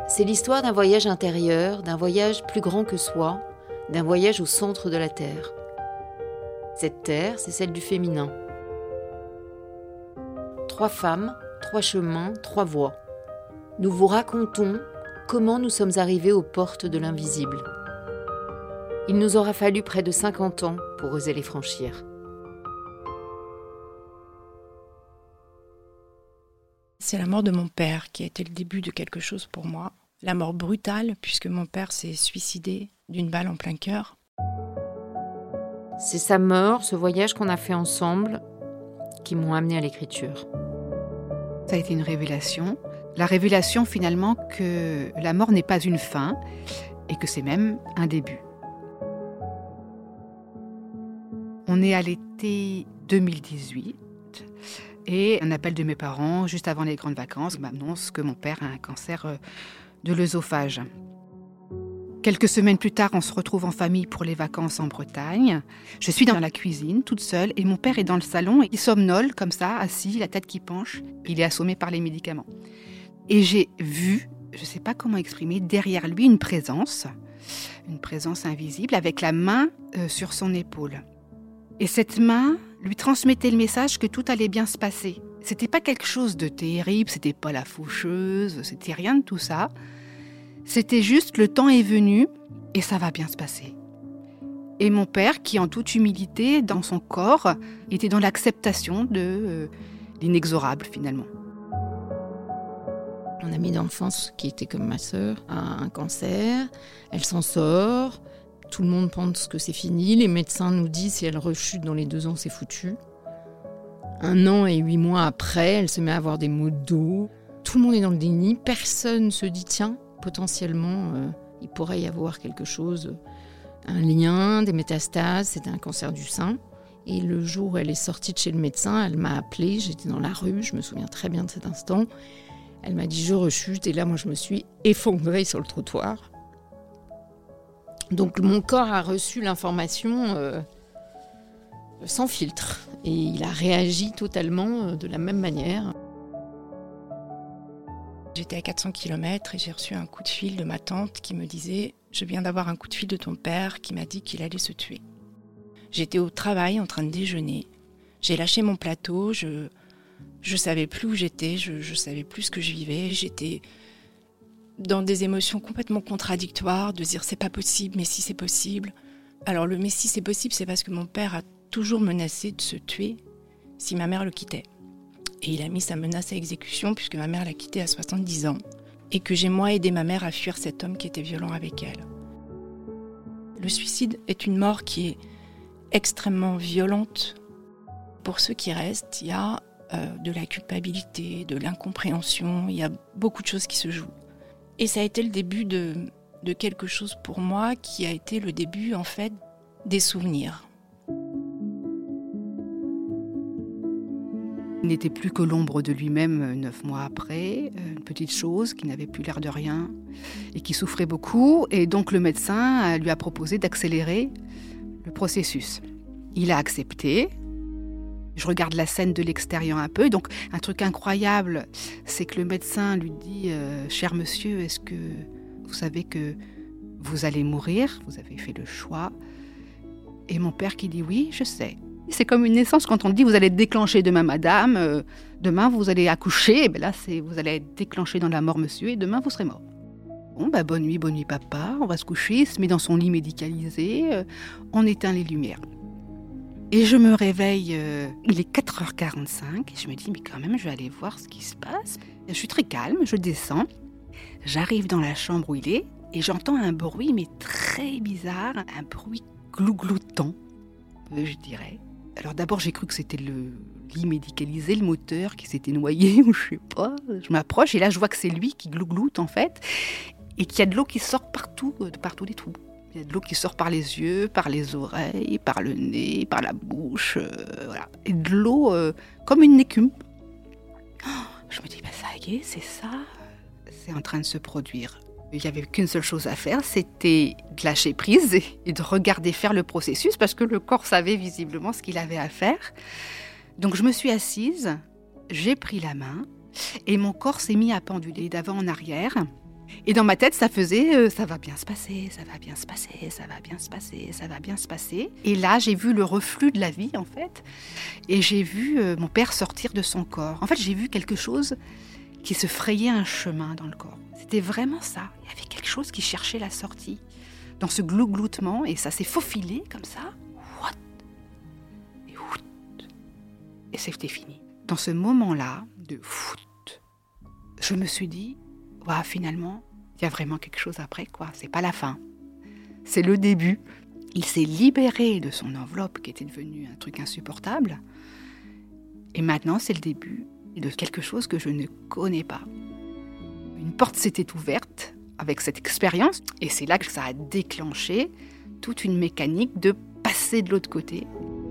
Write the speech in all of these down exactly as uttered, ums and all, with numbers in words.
C'est l'histoire d'un voyage intérieur, d'un voyage plus grand que soi, d'un voyage au centre de la Terre. Cette Terre, c'est celle du féminin. Trois femmes, trois chemins, trois voies. Nous vous racontons comment nous sommes arrivés aux portes de l'invisible. Il nous aura fallu près de cinquante ans pour oser les franchir. C'est la mort de mon père qui a été le début de quelque chose pour moi. La mort brutale, puisque mon père s'est suicidé d'une balle en plein cœur. C'est sa mort, ce voyage qu'on a fait ensemble, qui m'ont amené à l'écriture. Ça a été une révélation. La révélation finalement que la mort n'est pas une fin et que c'est même un début. On est à l'été deux mille dix-huit et un appel de mes parents juste avant les grandes vacances m'annonce que mon père a un cancer de l'œsophage. Quelques semaines plus tard, on se retrouve en famille pour les vacances en Bretagne. Je suis dans la cuisine, toute seule, et mon père est dans le salon. Il somnole, comme ça, assis, la tête qui penche. Il est assommé par les médicaments. Et j'ai vu, je ne sais pas comment exprimer, derrière lui une présence, une présence invisible, avec la main euh, sur son épaule. Et cette main lui transmettait le message que tout allait bien se passer. C'était pas quelque chose de terrible, c'était pas la faucheuse, c'était rien de tout ça. C'était juste le temps est venu et ça va bien se passer. Et mon père, qui en toute humilité, dans son corps, était dans l'acceptation de euh, l'inexorable finalement. Mon amie d'enfance, qui était comme ma sœur, a un cancer, elle s'en sort, tout le monde pense que c'est fini, les médecins nous disent si elle rechute dans les deux ans, c'est foutu. Un an et huit mois après, elle se met à avoir des maux de dos. Tout le monde est dans le déni, personne ne se dit tiens, potentiellement, euh, il pourrait y avoir quelque chose, un lien, des métastases, c'était un cancer du sein. Et le jour où elle est sortie de chez le médecin, elle m'a appelée, j'étais dans la rue, je me souviens très bien de cet instant. Elle m'a dit je rechute et là, moi, je me suis effondrée sur le trottoir. Donc mon corps a reçu l'information euh, sans filtre et il a réagi totalement de la même manière. J'étais à quatre cents kilomètres et j'ai reçu un coup de fil de ma tante qui me disait « Je viens d'avoir un coup de fil de ton père qui m'a dit qu'il allait se tuer ». J'étais au travail en train de déjeuner. J'ai lâché mon plateau, je je savais plus où j'étais, je je savais plus ce que je vivais. J'étais dans des émotions complètement contradictoires, de dire « c'est pas possible, mais si c'est possible ». Alors le « mais si c'est possible », c'est parce que mon père a toujours menacé de se tuer si ma mère le quittait. Et il a mis sa menace à exécution puisque ma mère l'a quitté à soixante-dix ans et que j'ai moi aidé ma mère à fuir cet homme qui était violent avec elle. Le suicide est une mort qui est extrêmement violente. Pour ceux qui restent, il y a euh, de la culpabilité, de l'incompréhension, il y a beaucoup de choses qui se jouent. Et ça a été le début de, de quelque chose pour moi qui a été le début en fait des souvenirs. Il n'était plus que l'ombre de lui-même neuf mois après, une petite chose qui n'avait plus l'air de rien et qui souffrait beaucoup. Et donc le médecin lui a proposé d'accélérer le processus. Il a accepté. Je regarde la scène de l'extérieur un peu. Donc un truc incroyable, c'est que le médecin lui dit euh, « Cher monsieur, est-ce que vous savez que vous allez mourir ? Vous avez fait le choix. » Et mon père qui dit « Oui, je sais. » C'est comme une naissance quand on dit vous allez être déclenché demain madame, euh, demain vous allez accoucher, et bien là c'est, vous allez être déclenché dans la mort monsieur et demain vous serez mort. Bon bah bonne nuit, bonne nuit papa, on va se coucher, il se met dans son lit médicalisé, euh, on éteint les lumières. Et je me réveille, euh, il est quatre heures quarante-cinq, et je me dis mais quand même je vais aller voir ce qui se passe. Je suis très calme, je descends, j'arrive dans la chambre où il est et j'entends un bruit mais très bizarre, un bruit glougloutant, euh, je dirais. Alors d'abord, j'ai cru que c'était le lit médicalisé, le moteur qui s'était noyé, ou je sais pas. Je m'approche et là, je vois que c'est lui qui glougloute en fait, et qu'il y a de l'eau qui sort partout, de partout des trous. Il y a de l'eau qui sort par les yeux, par les oreilles, par le nez, par la bouche, euh, voilà. Et de l'eau euh, comme une écume. Oh, je me dis, bah, ça y est, c'est ça, c'est en train de se produire. Il n'y avait qu'une seule chose à faire, c'était de lâcher prise et de regarder faire le processus parce que le corps savait visiblement ce qu'il avait à faire. Donc je me suis assise, j'ai pris la main et mon corps s'est mis à penduler d'avant en arrière. Et dans ma tête, ça faisait euh, « ça va bien se passer, ça va bien se passer, ça va bien se passer, ça va bien se passer ». Et là, j'ai vu le reflux de la vie, en fait. Et j'ai vu euh, mon père sortir de son corps. En fait, j'ai vu quelque chose qui se frayait un chemin dans le corps. C'était vraiment ça. Il y avait quelque chose qui cherchait la sortie. Dans ce glougloutement, et ça s'est faufilé comme ça. What et, et c'était fini. Dans ce moment-là, de foot, je me suis dit, ouais, finalement, il y a vraiment quelque chose après, quoi. C'est pas la fin. C'est le début. Il s'est libéré de son enveloppe qui était devenue un truc insupportable. Et maintenant, c'est le début de quelque chose que je ne connais pas. Une porte s'était ouverte avec cette expérience. Et c'est là que ça a déclenché toute une mécanique de passer de l'autre côté.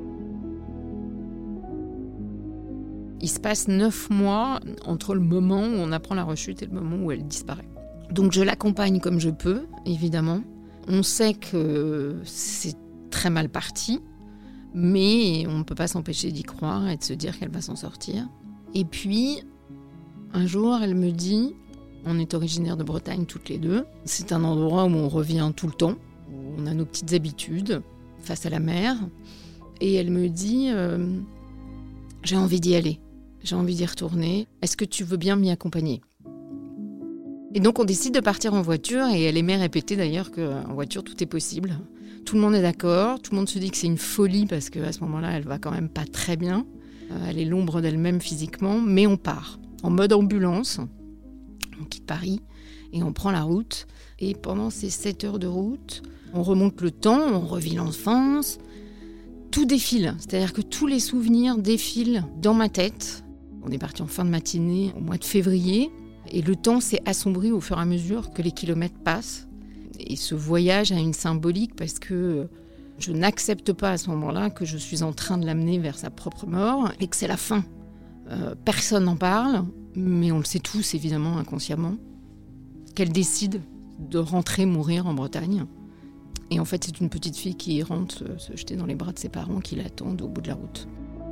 Il se passe neuf mois entre le moment où on apprend la rechute et le moment où elle disparaît. Donc je l'accompagne comme je peux, évidemment. On sait que c'est très mal parti, mais on ne peut pas s'empêcher d'y croire et de se dire qu'elle va s'en sortir. Et puis, un jour, elle me dit, on est originaires de Bretagne toutes les deux, c'est un endroit où on revient tout le temps, où on a nos petites habitudes face à la mer, et elle me dit, euh, j'ai envie d'y aller. J'ai envie d'y retourner. Est-ce que tu veux bien m'y accompagner ? Et donc on décide de partir en voiture et elle aimait répéter d'ailleurs qu'en voiture tout est possible. Tout le monde est d'accord, tout le monde se dit que c'est une folie parce qu'à ce moment-là elle va quand même pas très bien. Elle est l'ombre d'elle-même physiquement, mais on part en mode ambulance. On quitte Paris et on prend la route. Et pendant ces sept heures de route, on remonte le temps, on revit l'enfance. Tout défile, c'est-à-dire que tous les souvenirs défilent dans ma tête. On est parti en fin de matinée, au mois de février, et le temps s'est assombri au fur et à mesure que les kilomètres passent. Et ce voyage a une symbolique parce que je n'accepte pas à ce moment-là que je suis en train de l'amener vers sa propre mort et que c'est la fin. Euh, personne n'en parle, mais on le sait tous évidemment inconsciemment, qu'elle décide de rentrer mourir en Bretagne. Et en fait, c'est une petite fille qui rentre se jeter dans les bras de ses parents qui l'attendent au bout de la route.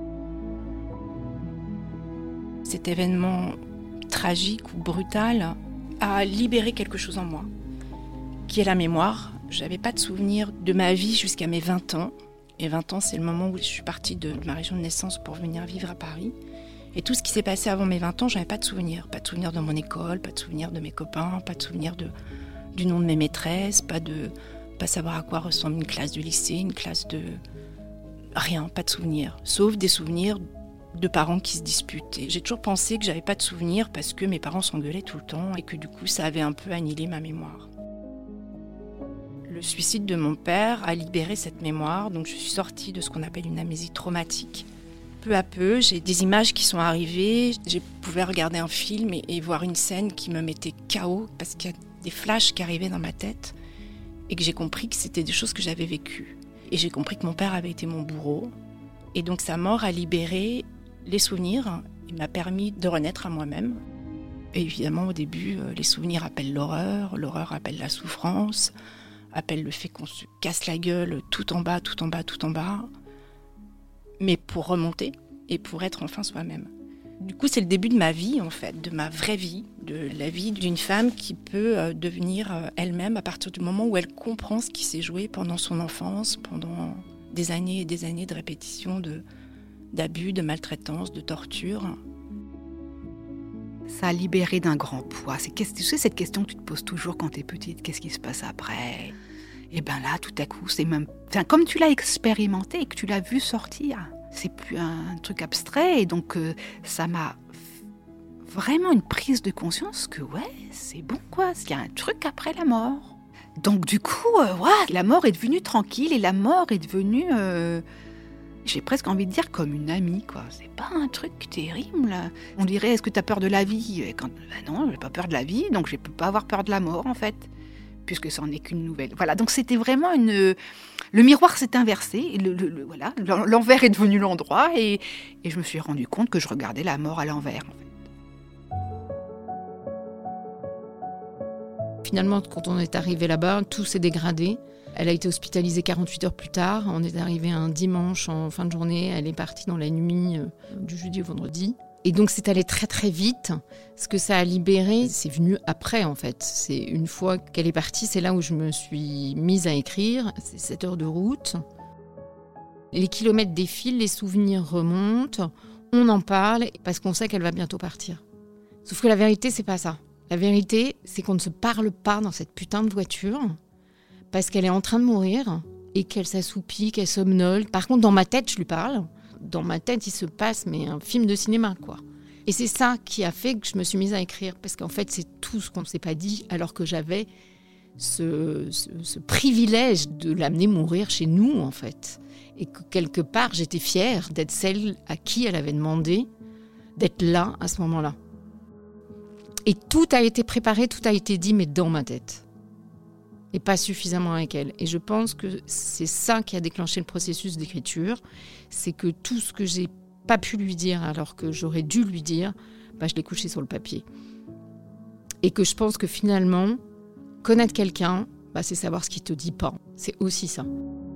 Cet événement tragique ou brutal a libéré quelque chose en moi, qui est la mémoire. Je n'avais pas de souvenir de ma vie jusqu'à mes vingt ans. Et vingt ans, c'est le moment où je suis partie de ma région de naissance pour venir vivre à Paris. Et tout ce qui s'est passé avant mes vingt ans, je n'avais pas de souvenir. Pas de souvenir de mon école, pas de souvenir de mes copains, pas de souvenir de, du nom de mes maîtresses, pas de... pas savoir à quoi ressemble une classe de lycée, une classe de... Rien, pas de souvenirs. Sauf des souvenirs de parents qui se disputent. Et j'ai toujours pensé que j'avais pas de souvenirs parce que mes parents s'engueulaient tout le temps et que du coup, ça avait un peu annihilé ma mémoire. Le suicide de mon père a libéré cette mémoire, donc je suis sortie de ce qu'on appelle une amnésie traumatique. Peu à peu, j'ai des images qui sont arrivées. Je pouvais regarder un film et, et voir une scène qui me mettait K O parce qu'il y a des flashs qui arrivaient dans ma tête. Et que j'ai compris que c'était des choses que j'avais vécues. Et j'ai compris que mon père avait été mon bourreau. Et donc sa mort a libéré les souvenirs et m'a permis de renaître à moi-même. Et évidemment, au début, les souvenirs appellent l'horreur, l'horreur appelle la souffrance, appelle le fait qu'on se casse la gueule tout en bas, tout en bas, tout en bas. Mais pour remonter et pour être enfin soi-même. Du coup, c'est le début de ma vie, en fait, de ma vraie vie, de la vie d'une femme qui peut euh, devenir euh, elle-même à partir du moment où elle comprend ce qui s'est joué pendant son enfance, pendant des années et des années de répétition de, d'abus, de maltraitance, de torture. Ça a libéré d'un grand poids. C'est, tu sais, cette question que tu te poses toujours quand tu es petite, qu'est-ce qui se passe après ? Et bien là, tout à coup, c'est même... Enfin, comme tu l'as expérimenté et que tu l'as vu sortir, c'est plus un truc abstrait. Et donc, euh, ça m'a vraiment une prise de conscience que, ouais, c'est bon, quoi. Il y a un truc après la mort. Donc, du coup, euh, ouais, la mort est devenue tranquille et la mort est devenue... Euh, j'ai presque envie de dire comme une amie, quoi. C'est pas un truc terrible. On dirait, est-ce que tu as peur de la vie ? Et quand, ben non, j'ai pas peur de la vie, donc je peux pas avoir peur de la mort, en fait. Puisque ça n'en est qu'une nouvelle. Voilà, donc c'était vraiment une... Le miroir s'est inversé, le, le, le, voilà, l'envers est devenu l'endroit, et, et je me suis rendu compte que je regardais la mort à l'envers, en fait. Finalement, quand on est arrivé là-bas, tout s'est dégradé. Elle a été hospitalisée quarante-huit heures plus tard. On est arrivé un dimanche en fin de journée. Elle est partie dans la nuit du jeudi au vendredi. Et donc c'est allé très très vite. Ce que ça a libéré, c'est venu après en fait. C'est une fois qu'elle est partie, c'est là où je me suis mise à écrire. C'est sept heures de route. Les kilomètres défilent, les souvenirs remontent. On en parle parce qu'on sait qu'elle va bientôt partir. Sauf que la vérité, c'est pas ça. La vérité, c'est qu'on ne se parle pas dans cette putain de voiture parce qu'elle est en train de mourir et qu'elle s'assoupit, qu'elle somnole. Par contre, dans ma tête, je lui parle. Dans ma tête, il se passe mais un film de cinéma, quoi. Et c'est ça qui a fait que je me suis mise à écrire. Parce qu'en fait, c'est tout ce qu'on ne s'est pas dit alors que j'avais ce, ce, ce privilège de l'amener mourir chez nous, en fait. Et que quelque part, j'étais fière d'être celle à qui elle avait demandé d'être là à ce moment-là. Et tout a été préparé, tout a été dit, mais dans ma tête. Et pas suffisamment avec elle. Et je pense que c'est ça qui a déclenché le processus d'écriture. C'est que tout ce que j'ai pas pu lui dire alors que j'aurais dû lui dire, bah, je l'ai couché sur le papier. Et que je pense que finalement, connaître quelqu'un, bah, c'est savoir ce qu'il te dit pas. C'est aussi ça.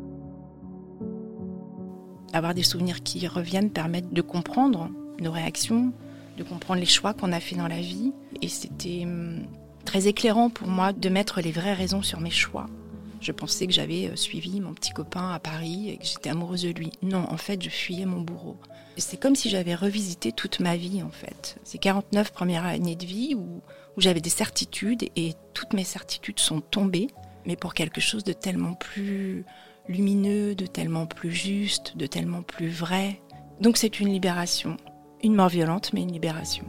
Avoir des souvenirs qui reviennent permettent de comprendre nos réactions, de comprendre les choix qu'on a fait dans la vie. Et c'était hum, très éclairant pour moi de mettre les vraies raisons sur mes choix. Je pensais que j'avais suivi mon petit copain à Paris et que j'étais amoureuse de lui. Non, en fait, je fuyais mon bourreau. Et c'est comme si j'avais revisité toute ma vie, en fait. Ces quarante-neuf premières années de vie où, où j'avais des certitudes et toutes mes certitudes sont tombées, mais pour quelque chose de tellement plus lumineux, de tellement plus juste, de tellement plus vrai. Donc c'est une libération. Une mort violente, mais une libération.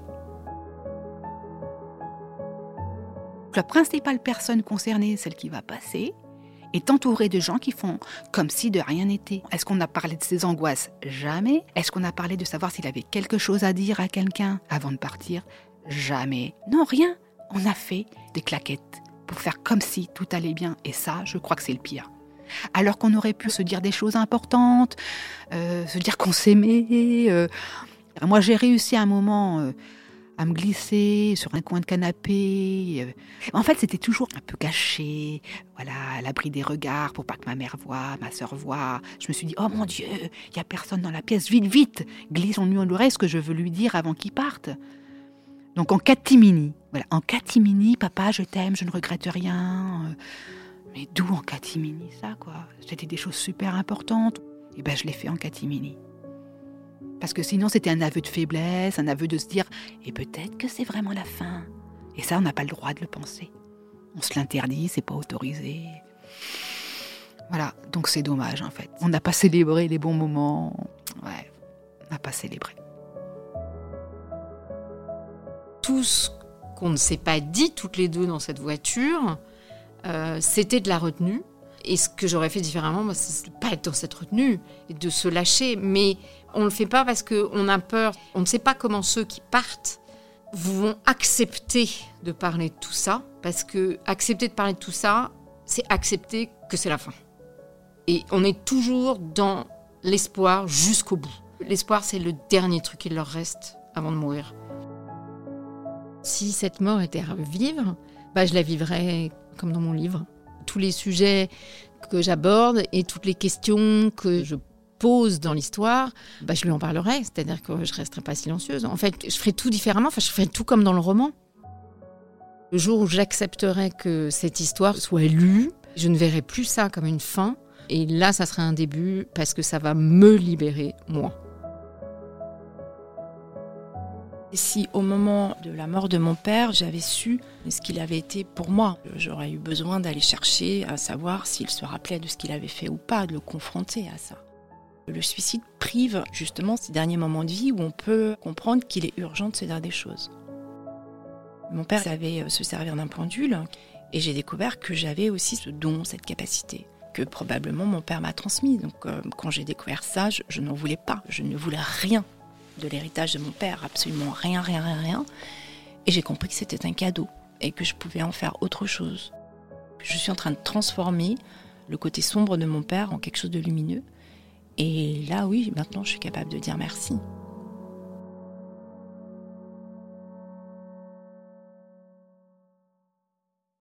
La principale personne concernée, celle qui va passer, est entourée de gens qui font comme si de rien n'était. Est-ce qu'on a parlé de ses angoisses ? Jamais. Est-ce qu'on a parlé de savoir s'il avait quelque chose à dire à quelqu'un avant de partir ? Jamais. Non, rien. On a fait des claquettes pour faire comme si tout allait bien. Et ça, je crois que c'est le pire. Alors qu'on aurait pu se dire des choses importantes, euh, se dire qu'on s'aimait. Euh. Moi, j'ai réussi à un moment... Euh, à me glisser sur un coin de canapé. En fait, c'était toujours un peu caché, voilà, à l'abri des regards pour pas que ma mère voie, ma sœur voie. Je me suis dit, oh mon Dieu, il y a personne dans la pièce, vite, vite, glissons-lui en l'oreille ce que je veux lui dire avant qu'il parte. Donc en catimini, voilà, en catimini, papa, je t'aime, je ne regrette rien. Mais d'où en catimini ça, quoi ? C'était des choses super importantes. Et ben, je l'ai fait en catimini. Parce que sinon, c'était un aveu de faiblesse, un aveu de se dire « et peut-être que c'est vraiment la fin ». Et ça, on n'a pas le droit de le penser. On se l'interdit, c'est pas autorisé. Voilà, donc c'est dommage en fait. On n'a pas célébré les bons moments. Ouais, on n'a pas célébré. Tout ce qu'on ne s'est pas dit toutes les deux dans cette voiture, euh, c'était de la retenue. Et ce que j'aurais fait différemment, moi, c'est de ne pas être dans cette retenue et de se lâcher. Mais on ne le fait pas parce qu'on a peur. On ne sait pas comment ceux qui partent vont accepter de parler de tout ça. Parce que accepter de parler de tout ça, c'est accepter que c'est la fin. Et on est toujours dans l'espoir jusqu'au bout. L'espoir, c'est le dernier truc qu'il leur reste avant de mourir. Si cette mort était à revivre, bah, je la vivrais comme dans mon livre. Tous les sujets que j'aborde et toutes les questions que je pose dans l'histoire, bah, je lui en parlerai. C'est-à-dire que je ne resterai pas silencieuse. En fait, je ferai tout différemment. Enfin, je ferai tout comme dans le roman. Le jour où j'accepterai que cette histoire soit lue, je ne verrai plus ça comme une fin. Et là, ça sera un début parce que ça va me libérer, moi. Et si au moment de la mort de mon père, j'avais su ce qu'il avait été pour moi, j'aurais eu besoin d'aller chercher à savoir s'il se rappelait de ce qu'il avait fait ou pas, de le confronter à ça. Le suicide prive justement ces derniers moments de vie où on peut comprendre qu'il est urgent de se dire des choses. Mon père savait se servir d'un pendule et j'ai découvert que j'avais aussi ce don, cette capacité, que probablement mon père m'a transmis. Donc euh, quand j'ai découvert ça, je, je n'en voulais pas, je ne voulais rien de l'héritage de mon père, absolument rien, rien, rien, rien. Et j'ai compris que c'était un cadeau et que je pouvais en faire autre chose. Je suis en train de transformer le côté sombre de mon père en quelque chose de lumineux. Et là, oui, maintenant, je suis capable de dire merci.